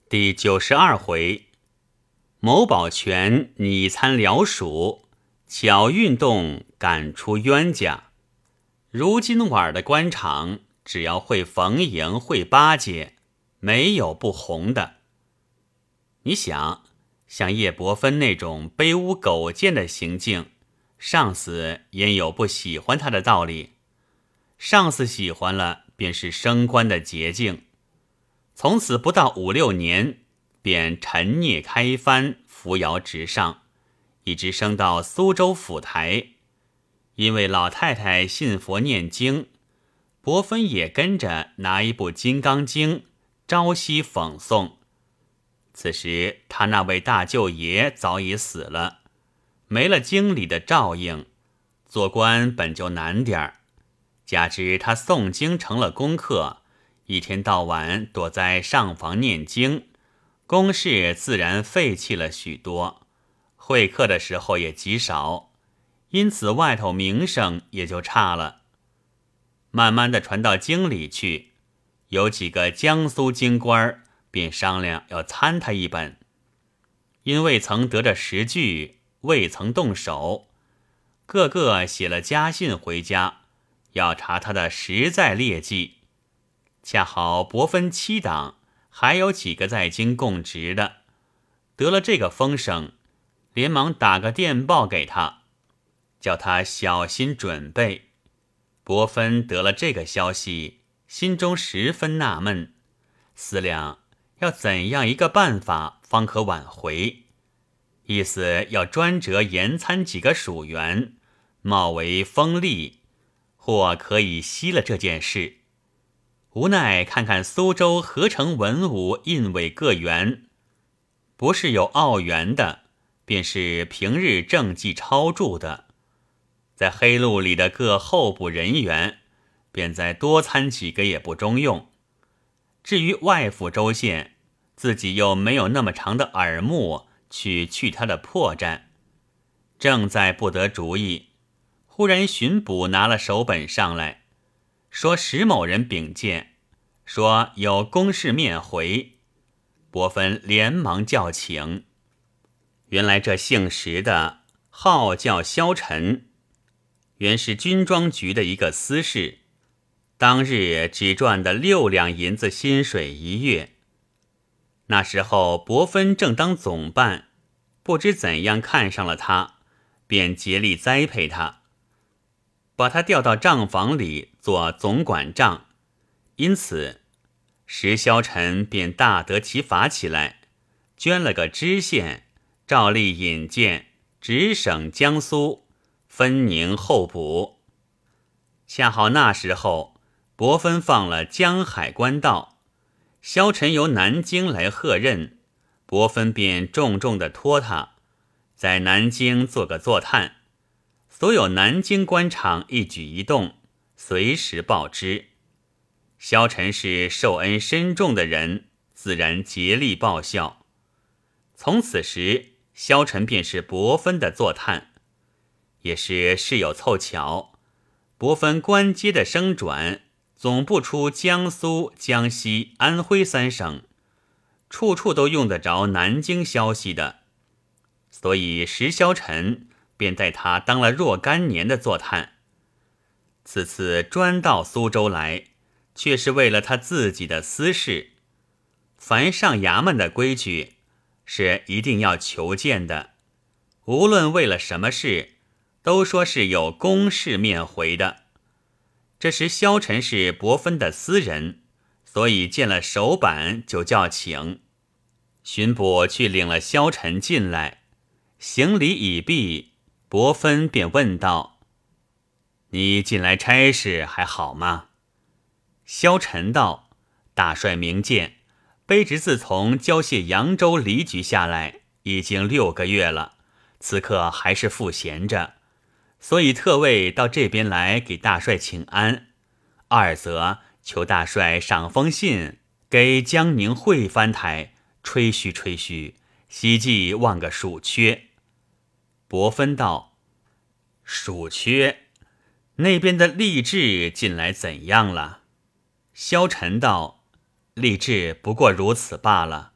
第92回，牟宝全拟参辽蜀，巧运动赶出冤家。如今晚的官场，只要会逢迎会巴结，没有不红的。你想，像叶伯芬那种卑污苟贱的行径，上司焉有不喜欢他的道理？上司喜欢了，便是升官的捷径。从此不到5-6年，便陈孽开藩，扶摇直上，一直升到苏州府台。因为老太太信佛念经，伯芬也跟着拿一部《金刚经》朝夕讽诵。此时他那位大舅爷早已死了，没了经里的照应，做官本就难点儿，加之他诵经成了功课，一天到晚躲在上房念经，公事自然废弃了许多，会客的时候也极少，因此外头名声也就差了。慢慢的传到京里去，有几个江苏京官便商量要参他一本，因未曾得着实据，未曾动手，个个写了家信回家，要查他的实在劣迹。恰好伯芬7党还有几个在京供职的，得了这个风声，连忙打个电报给他，叫他小心准备。伯芬得了这个消息，心中十分纳闷，思量要怎样一个办法方可挽回，意思要专责严参几个属员，冒为锋利，或可以息了这件事。无奈看看苏州合成文武印委各员，不是有澳员的，便是平日政绩超著的，在黑路里的各候补人员，便再多参几个也不中用。至于外府州县，自己又没有那么长的耳目去他的破绽，正在不得主意，忽然巡捕拿了手本上来，说石某人禀见，说有公事面回。伯芬连忙叫请。原来这姓石的号叫萧晨，原是军装局的一个司事，当日只赚的6两银子薪水一月。那时候伯芬正当总办，不知怎样看上了他，便竭力栽培他，把他调到账房里做总管账。因此石萧晨便大得其法起来，捐了个知县，照例引荐直省江苏，分宁候补。恰好那时候伯芬放了江海关道，萧晨由南京来贺任，伯芬便重重地托他，在南京做个坐探，所有南京官场一举一动，随时报知。萧晨是受恩深重的人，自然竭力报效。从此时，萧晨便是伯芬的坐探。也是事有凑巧，伯芬官阶的升转，总不出江苏、江西、安徽3省，处处都用得着南京消息的，所以石萧晨便带他当了若干年的坐探。此次专到苏州来，却是为了他自己的私事。凡上衙门的规矩，是一定要求见的，无论为了什么事，都说是有公事面回的。这时萧晨是伯芬的私人，所以见了手板就叫请。巡捕去领了萧晨进来，行礼已毕，伯芬便问道：你近来差事还好吗？萧晨道：大帅明鉴，卑职自从交卸扬州离局下来，已经6个月了，此刻还是赋闲着，所以特为到这边来给大帅请安。二则求大帅赏封信给江宁会藩台吹嘘吹嘘，希冀望个暑缺。伯芬道：暑缺？那边的吏治近来怎样了？萧晨道：吏治不过如此罢了，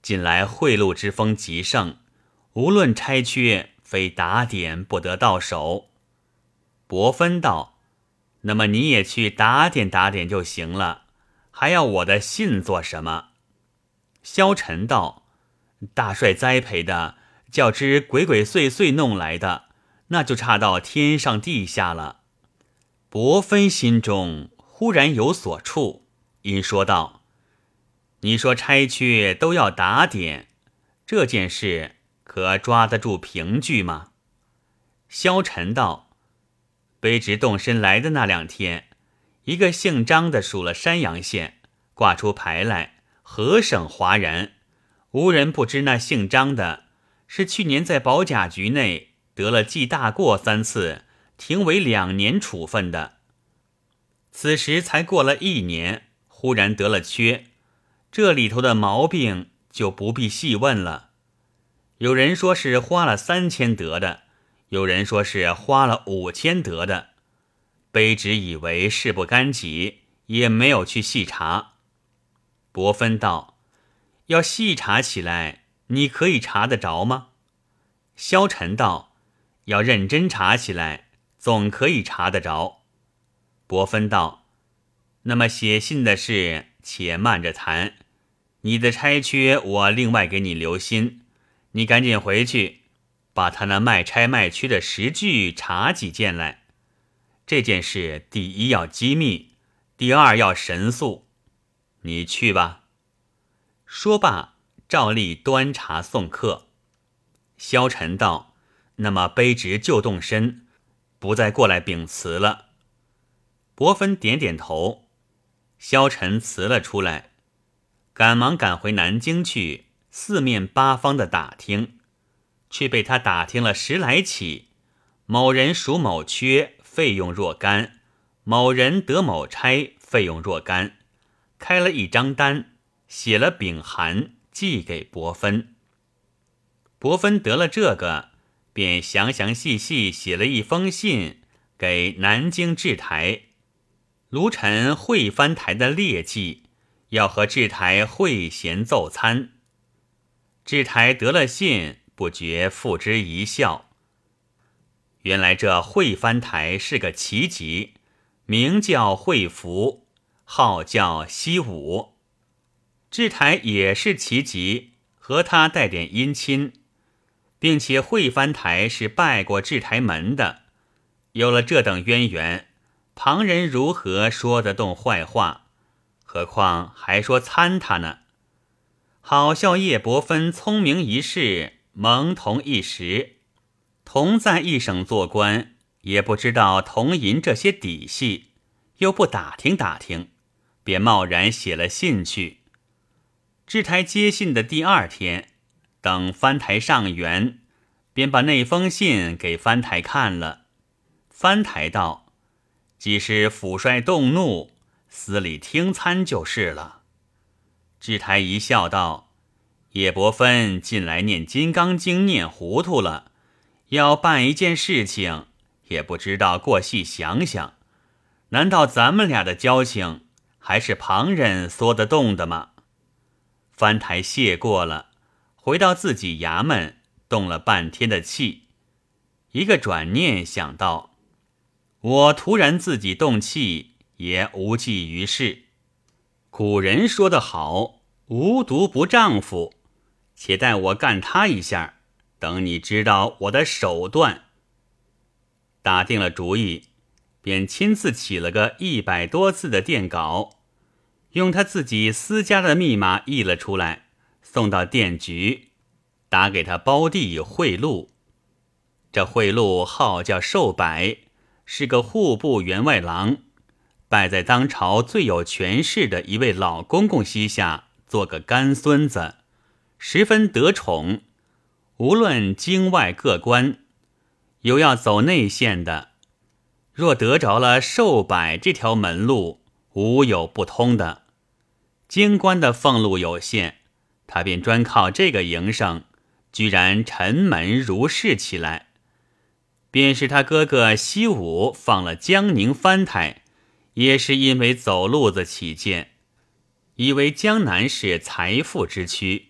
近来贿赂之风极盛，无论差缺，非打点不得到手。伯芬道：那么你也去打点打点就行了，还要我的信做什么？萧晨道：大帅栽培的，较之鬼鬼祟祟弄来的，那就差到天上地下了。伯芬心中忽然有所触，因说道：你说差缺都要打点，这件事可抓得住凭据吗？萧晨道：卑职动身来的那2天，一个姓张的属了山阳县，挂出牌来，何省哗然，无人不知那姓张的是去年在保甲局内得了记大过3次，停为2年处分的。此时才过了1年，忽然得了缺，这里头的毛病就不必细问了。有人说是花了3000得的，有人说是花了5000得的。卑职以为事不干己，也没有去细查。伯芬道：要细查起来，你可以查得着吗？萧晨道：要认真查起来，总可以查得着。伯芬道：那么写信的事且慢着谈，你的差缺我另外给你留心，你赶紧回去把他那卖差卖缺的实据查几件来。这件事第一要机密，第二要神速，你去吧。说罢照例端茶送客。萧晨道：那么卑职就动身，不再过来禀辞了。伯芬点点头，萧晨辞了出来，赶忙赶回南京去，四面八方的打听，却被他打听了10来起，某人属某缺，费用若干，某人得某差，费用若干，开了一张单，写了禀函，寄给伯芬。伯芬得了这个，便详详细细写了一封信给南京制台，卢陈会藩台的劣迹，要和制台会咸奏餐。制台得了信，不觉付之一笑。原来这会藩台是个奇籍，名叫会福，号叫西武。制台也是奇籍，和他带点姻亲，并且会藩台是拜过制台门的。有了这等渊源，旁人如何说得动坏话？何况还说参他呢？好笑叶伯芬聪明一世，懵同一时，同在一省做官，也不知道同银这些底细，又不打听打听，便贸然写了信去。制台接信的第2天，等藩台上元，便把那封信给藩台看了。藩台道：既是辅帅动怒，司礼听参就是了。制台一笑道：叶伯芬近来念金刚经念糊涂了，要办一件事情，也不知道过细想想，难道咱们俩的交情还是旁人说得动的吗？藩台谢过了，回到自己衙门，动了半天的气。一个转念想到，我突然自己动气，也无济于事。古人说得好，无毒不丈夫，且待我干他一下，等你知道我的手段。打定了主意，便亲自起了个100多字的电稿，用他自己私家的密码译了出来，送到电局，打给他胞弟贿赂。这贿赂号叫寿柏，是个户部员外郎，拜在当朝最有权势的一位老公公膝下，做个干孙子，十分得宠。无论京外各官，有要走内线的，若得着了寿柏这条门路，无有不通的。京官的俸禄有限，他便专靠这个营生，居然沉门如市起来。便是他哥哥西武放了江宁藩台，也是因为走路子起见，以为江南是财富之区，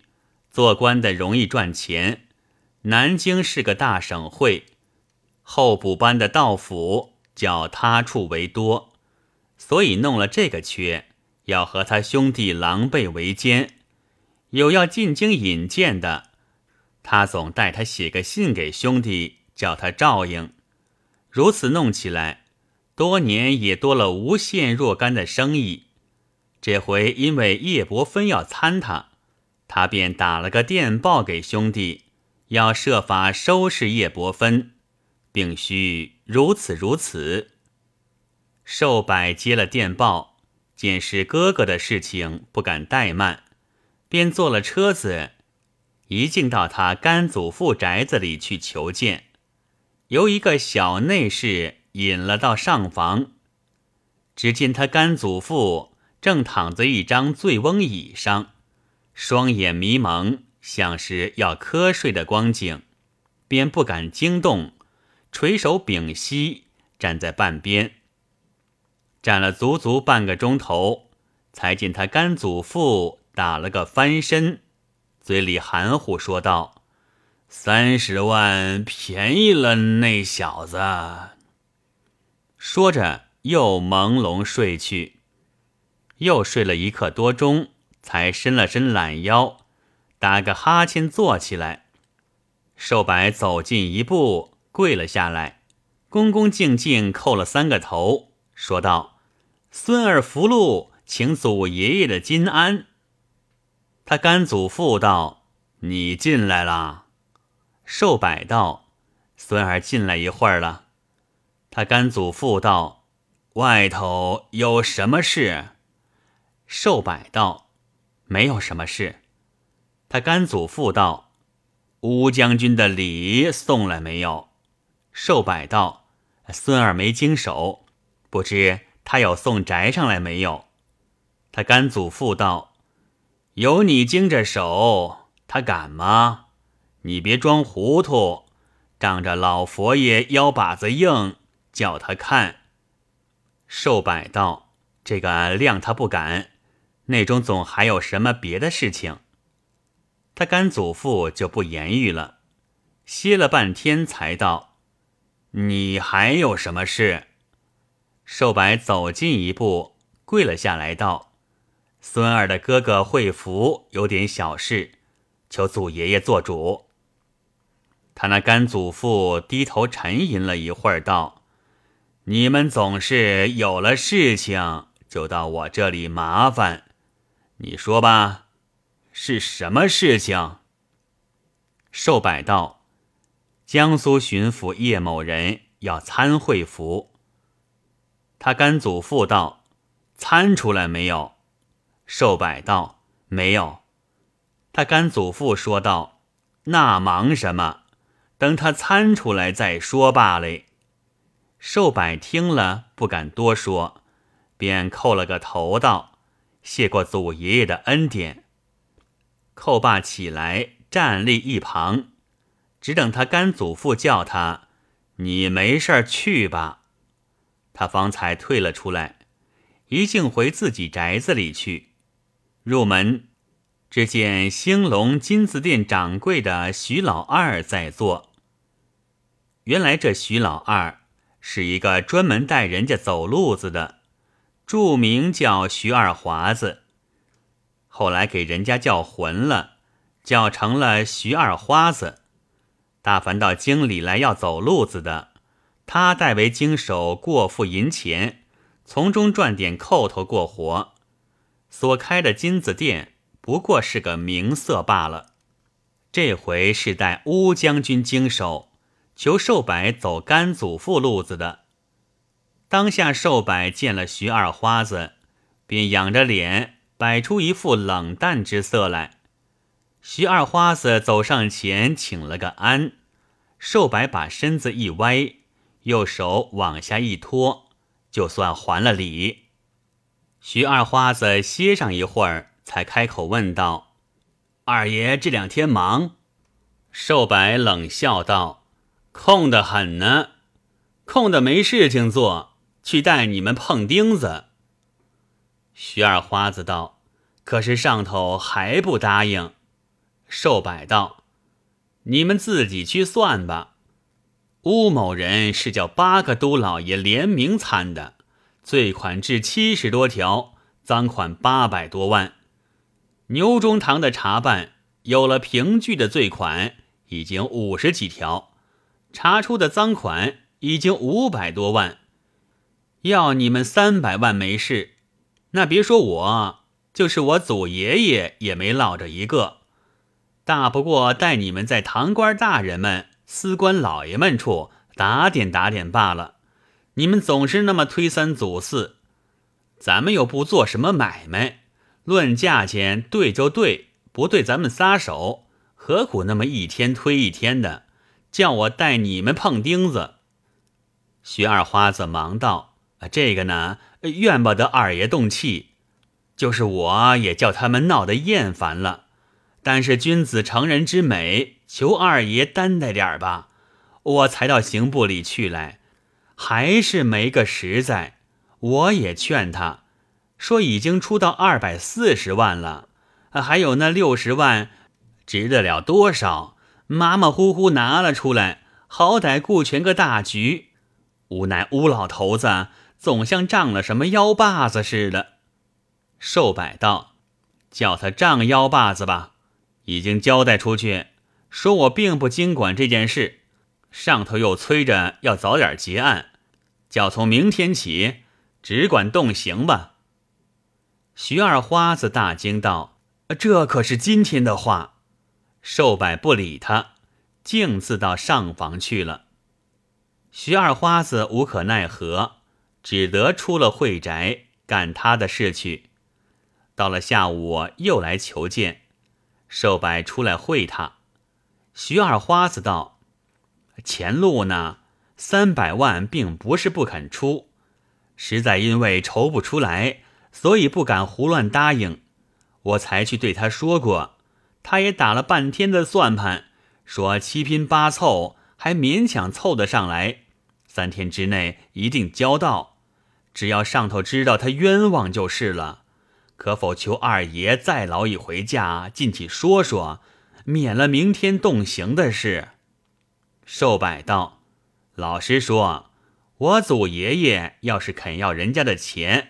做官的容易赚钱，南京是个大省会，候补班的道府较他处为多，所以弄了这个缺，要和他兄弟狼狈为奸。有要进京引荐的，他总带他写个信给兄弟，叫他照应。如此弄起来，多年也多了无限若干的生意。这回因为叶伯芬要参他便打了个电报给兄弟，要设法收拾叶伯芬，并须如此如此。寿柏接了电报，见是哥哥的事情，不敢怠慢，便坐了车子，一径到他干祖父宅子里去求见。由一个小内侍引了到上房，只见他干祖父正躺在一张醉翁椅上，双眼迷蒙，像是要瞌睡的光景，便不敢惊动，垂手屏息，站在半边。站了足足半个钟头，才见他干祖父打了个翻身，嘴里含糊说道：“30万便宜了那小子。”说着又朦胧睡去，又睡了1刻多钟，才伸了伸懒腰，打个哈欠坐起来。寿柏走近一步，跪了下来，恭恭敬敬叩了3个头，说道：“孙儿福禄，请祖爷爷的金安。”他干祖父道：“你进来了。”寿柏道：“孙儿进来一会儿了。”他干祖父道：“外头有什么事？”寿柏道：“没有什么事。”他干祖父道：“乌将军的礼送来没有？”寿柏道：“孙儿没经手，不知他有送宅上来没有？”他干祖父道：“有你经着手，他敢吗？你别装糊涂，仗着老佛爷腰把子硬，叫他看。”寿柏道：“这个谅他不敢，内中总还有什么别的事情。”他干祖父就不言语了，歇了半天才道：“你还有什么事？”寿柏走近一步，跪了下来道：“孙儿的哥哥惠福有点小事，求祖爷爷做主。”他那干祖父低头沉吟了一会儿道：“你们总是有了事情就到我这里麻烦，你说吧，是什么事情？”寿柏道：“江苏巡抚叶某人要参惠福。”他干祖父道：“参出来没有？”寿柏道：“没有。”他干祖父说道：“那忙什么？等他参出来再说罢了。”寿柏听了不敢多说，便叩了个头道：“谢过祖爷爷的恩典。”叩罢起来，站立一旁，只等他干祖父叫他：“你没事去吧。”他方才退了出来，一径回自己宅子里去。入门，只见兴隆金字店掌柜的徐老二在坐。原来这徐老二是一个专门带人家走路子的，著名叫徐二华子，后来给人家叫混了，叫成了徐二花子。大凡到京里来要走路子的，他代为经手过付银钱，从中赚点扣头过活。所开的金子店不过是个名色罢了。这回是代乌将军经手，求寿柏走干祖父路子的。当下寿柏见了徐二花子，便仰着脸摆出一副冷淡之色来。徐二花子走上前请了个安，寿柏把身子一歪，右手往下一拖，就算还了礼。徐二花子歇上一会儿，才开口问道：“二爷这2天忙？”寿柏冷笑道：“空得很呢，空得没事情做，去带你们碰钉子。”徐二花子道：“可是上头还不答应。” 寿柏道：“你们自己去算吧。乌某人是叫8个都老爷联名参的，罪款至70多条，赃款800多万。牛中堂的查办有了凭据的罪款已经50几条，查出的赃款已经500多万。要你们300万没事，那别说我，就是我祖爷爷也没落着一个。大不过带你们在堂官大人们、司官老爷们处打点打点罢了。你们总是那么推三阻四，咱们又不做什么买卖，论价钱对就对，不对咱们撒手，何苦那么一天推一天的，叫我带你们碰钉子？”徐二花子忙道：“这个呢，怨不得二爷动气，就是我也叫他们闹得厌烦了。但是君子成人之美，求二爷担待点吧。我才到刑部里去来，还是没个实在。我也劝他说，已经出到240万了，还有那60万，值得了多少？马马虎虎拿了出来，好歹顾全个大局。无奈乌老头子总像胀了什么腰把子似的。”寿柏道：“叫他胀腰把子吧，已经交代出去，说我并不经管这件事，上头又催着要早点结案，叫从明天起只管动刑吧。”徐二花子大惊道：“这可是今天的话。”寿柏不理他，径自到上房去了。徐二花子无可奈何，只得出了会宅干他的事去。到了下午又来求见，寿柏出来会他。徐二花子道：“前路呢，300万并不是不肯出，实在因为筹不出来，所以不敢胡乱答应。我才去对他说过，他也打了半天的算盘，说7拼8凑还勉强凑得上来，3天之内一定交到，只要上头知道他冤枉就是了。可否求二爷再劳一回假，进去说说，免了明天动刑的事？”寿柏道：“老实说，我祖爷爷要是肯要人家的钱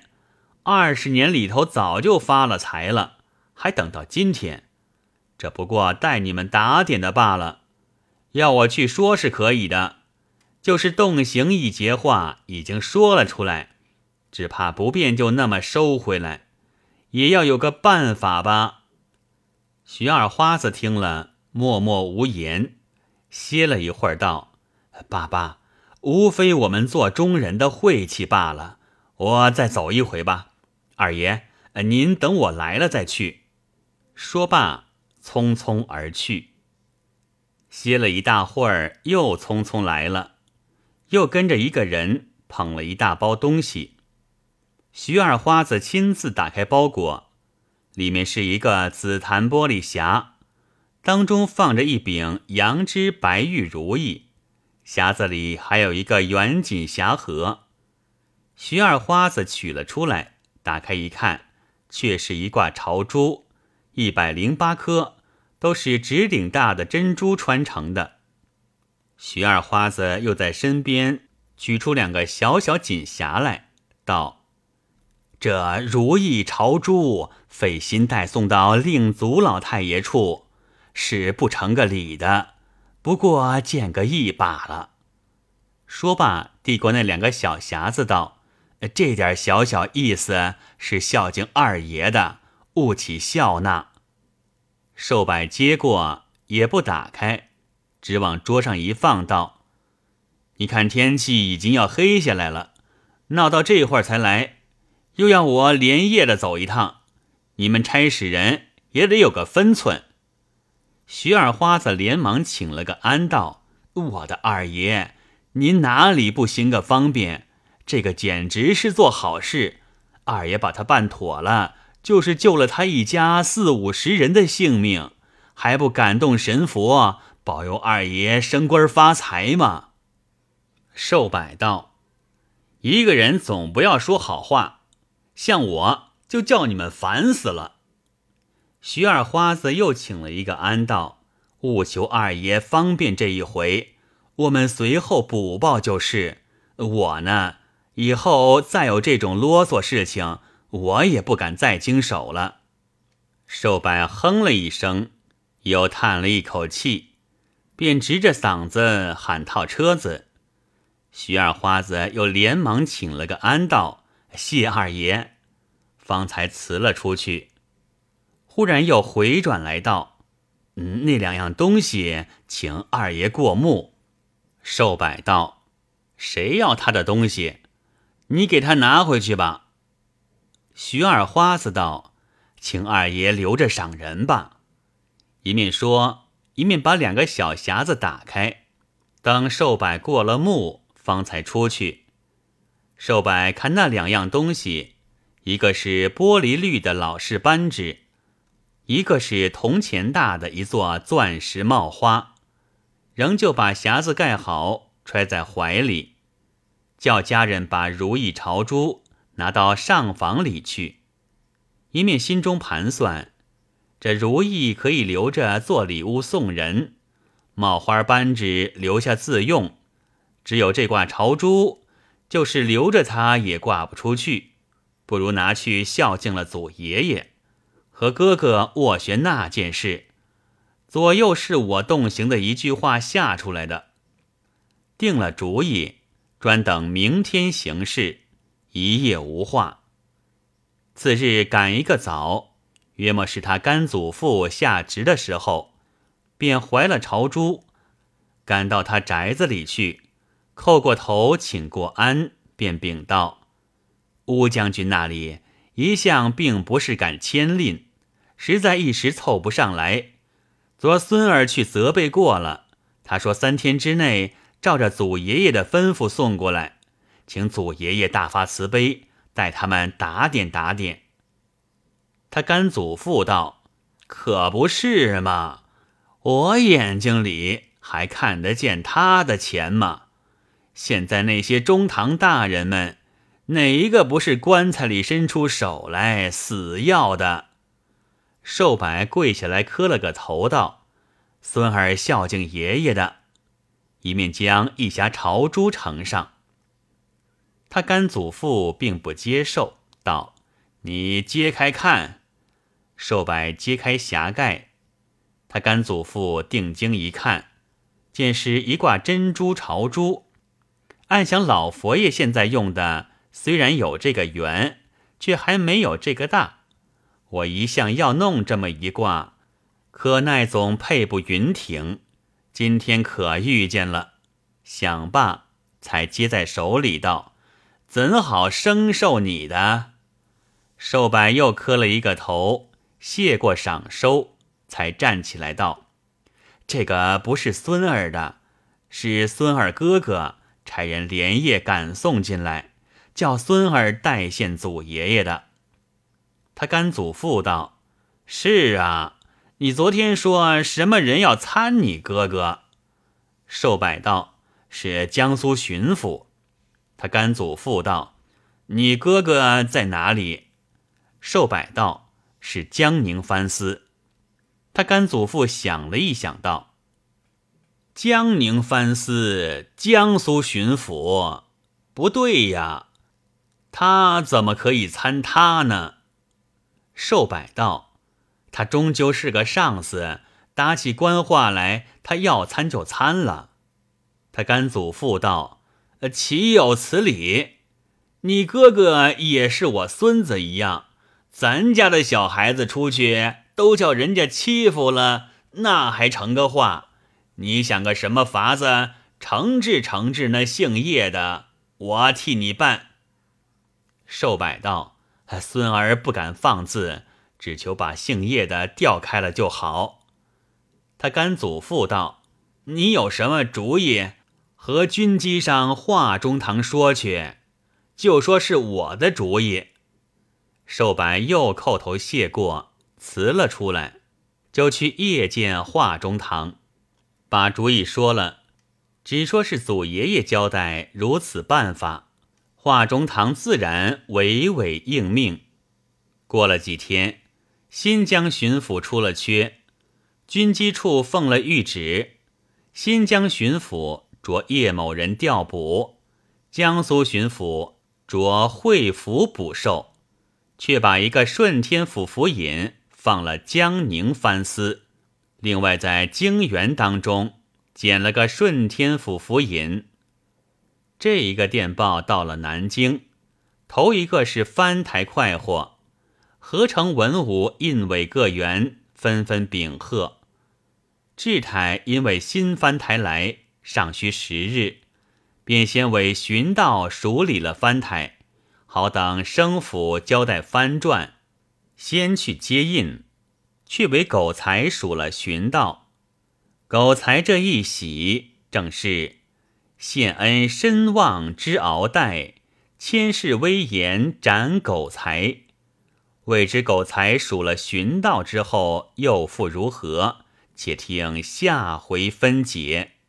，20年里头早就发了财了，还等到今天，这不过带你们打点的罢了。要我去说是可以的，就是动刑一节话已经说了出来，只怕不便就那么收回来，也要有个办法吧。”徐二花子听了，默默无言，歇了一会儿道：“爸爸，无非我们做中人的晦气罢了，我再走一回吧。二爷，您等我来了再去。”说罢，匆匆而去。歇了一大会儿，又匆匆来了，又跟着一个人捧了一大包东西。徐二花子亲自打开包裹，里面是一个紫檀玻璃匣，当中放着一柄羊脂白玉如意，匣子里还有一个圆锦匣盒。徐二花子取了出来，打开一看，却是一挂朝珠，108颗，都是指顶大的珍珠穿成的。徐二花子又在身边取出2个小小锦匣来，道：“这如意朝珠费心带送到令祖老太爷处，是不成个礼的，不过见个意罢了。”说罢，递过那2个小匣子道：“这点小小意思是孝敬二爷的，勿起笑纳。”寿柏接过，也不打开，只往桌上一放道：“你看天气已经要黑下来了，闹到这会儿才来，又要我连夜的走一趟，你们差使人也得有个分寸。”徐二花子连忙请了个安道：“我的二爷，您哪里不行个方便？这个简直是做好事，二爷把他办妥了，就是救了他一家40-50人的性命，还不感动神佛，保佑二爷升官发财吗？”寿柏道：“一个人总不要说好话，像我就叫你们烦死了。” 徐二花子又请了一个安道，务求二爷方便这一回，我们随后补报就是。我呢，以后再有这种啰嗦事情，我也不敢再经手了。寿柏哼了一声，又叹了一口气，便直着嗓子喊套车子。徐二花子又连忙请了个安道，谢二爷，方才辞了出去。忽然又回转来道：那2样东西请二爷过目。寿柏道：谁要他的东西？你给他拿回去吧。徐二花子道：请二爷留着赏人吧。一面说，一面把2个小匣子打开，等寿柏过了目，方才出去。寿柏看那2样东西，一个是玻璃绿的老式扳指，一个是铜钱大的一座钻石帽花，仍旧把匣子盖好，揣在怀里，叫家人把如意朝珠拿到上房里去。一面心中盘算，这如意可以留着做礼物送人，帽花扳指留下自用，只有这挂朝珠，就是留着它也挂不出去，不如拿去孝敬了祖爷爷，和哥哥斡旋那件事，左右是我动行的一句话下出来的。定了主意，专等明天行事，一夜无话。次日赶一个早，约莫是他干祖父下职的时候，便怀了朝珠，赶到他宅子里去，叩过头请过安，便禀道：乌将军那里一向并不是敢牵令，实在一时凑不上来。昨孙儿去责备过了，他说3天之内照着祖爷爷的吩咐送过来，请祖爷爷大发慈悲，待他们打点打点。他干祖父道：可不是嘛，我眼睛里还看得见他的钱吗？现在那些中堂大人们，哪一个不是棺材里伸出手来死要的？寿柏跪下来磕了个头道：孙儿孝敬爷爷的，一面将一匣朝珠呈上。他干祖父并不接受，道：你揭开看。寿柏揭开匣盖，他干祖父定睛一看，见是一挂珍珠朝珠。暗想老佛爷现在用的虽然有这个圆，却还没有这个大。我一向要弄这么一挂，可奈总配不匀挺，今天可遇见了。想罢，才接在手里道：怎好生受你的？寿柏又磕了一个头，谢过赏收，才站起来道：这个不是孙儿的，是孙儿哥哥差人连夜赶送进来，叫孙儿代献祖爷爷的。他干祖父道：是啊，你昨天说什么人要参你哥哥？寿柏道：是江苏巡抚。他干祖父道：你哥哥在哪里？寿柏道：是江宁藩司。他干祖父想了一想道：江宁藩司，江苏巡抚，不对呀，他怎么可以参他呢？寿柏道：他终究是个上司，打起官话来，他要参就参了。他干祖父道：岂有此理？你哥哥也是我孙子一样，咱家的小孩子出去都叫人家欺负了，那还成个话？你想个什么法子惩治那姓叶的，我替你办。寿柏道：孙儿不敢放字，只求把姓叶的调开了就好。他干祖父道：你有什么主意？和军机上华中堂说去，就说是我的主意。寿柏又叩头谢过，辞了出来，就去夜见华中堂，把主意说了，只说是祖爷爷交代如此办法，华中堂自然娓娓应命。过了几天， 新疆巡抚出了缺，军机处奉了谕旨，新疆巡抚着叶某人调补，江苏巡抚着会府补授，却把一个顺天府府尹放了江宁藩司，另外在京原当中捡了个顺天府府尹。这一个电报到了南京，头一个是藩台快活，合成文武印委各员纷纷禀贺。制台因为新藩台来，尚需10日，便先为巡道署理了藩台，好等生府交代藩传，先去接印，却为苟才署了巡道。苟才这一喜，正是献恩深望之鳌带，千世威严斩苟才。未知苟才署了巡道之后又复如何？且听下回分解。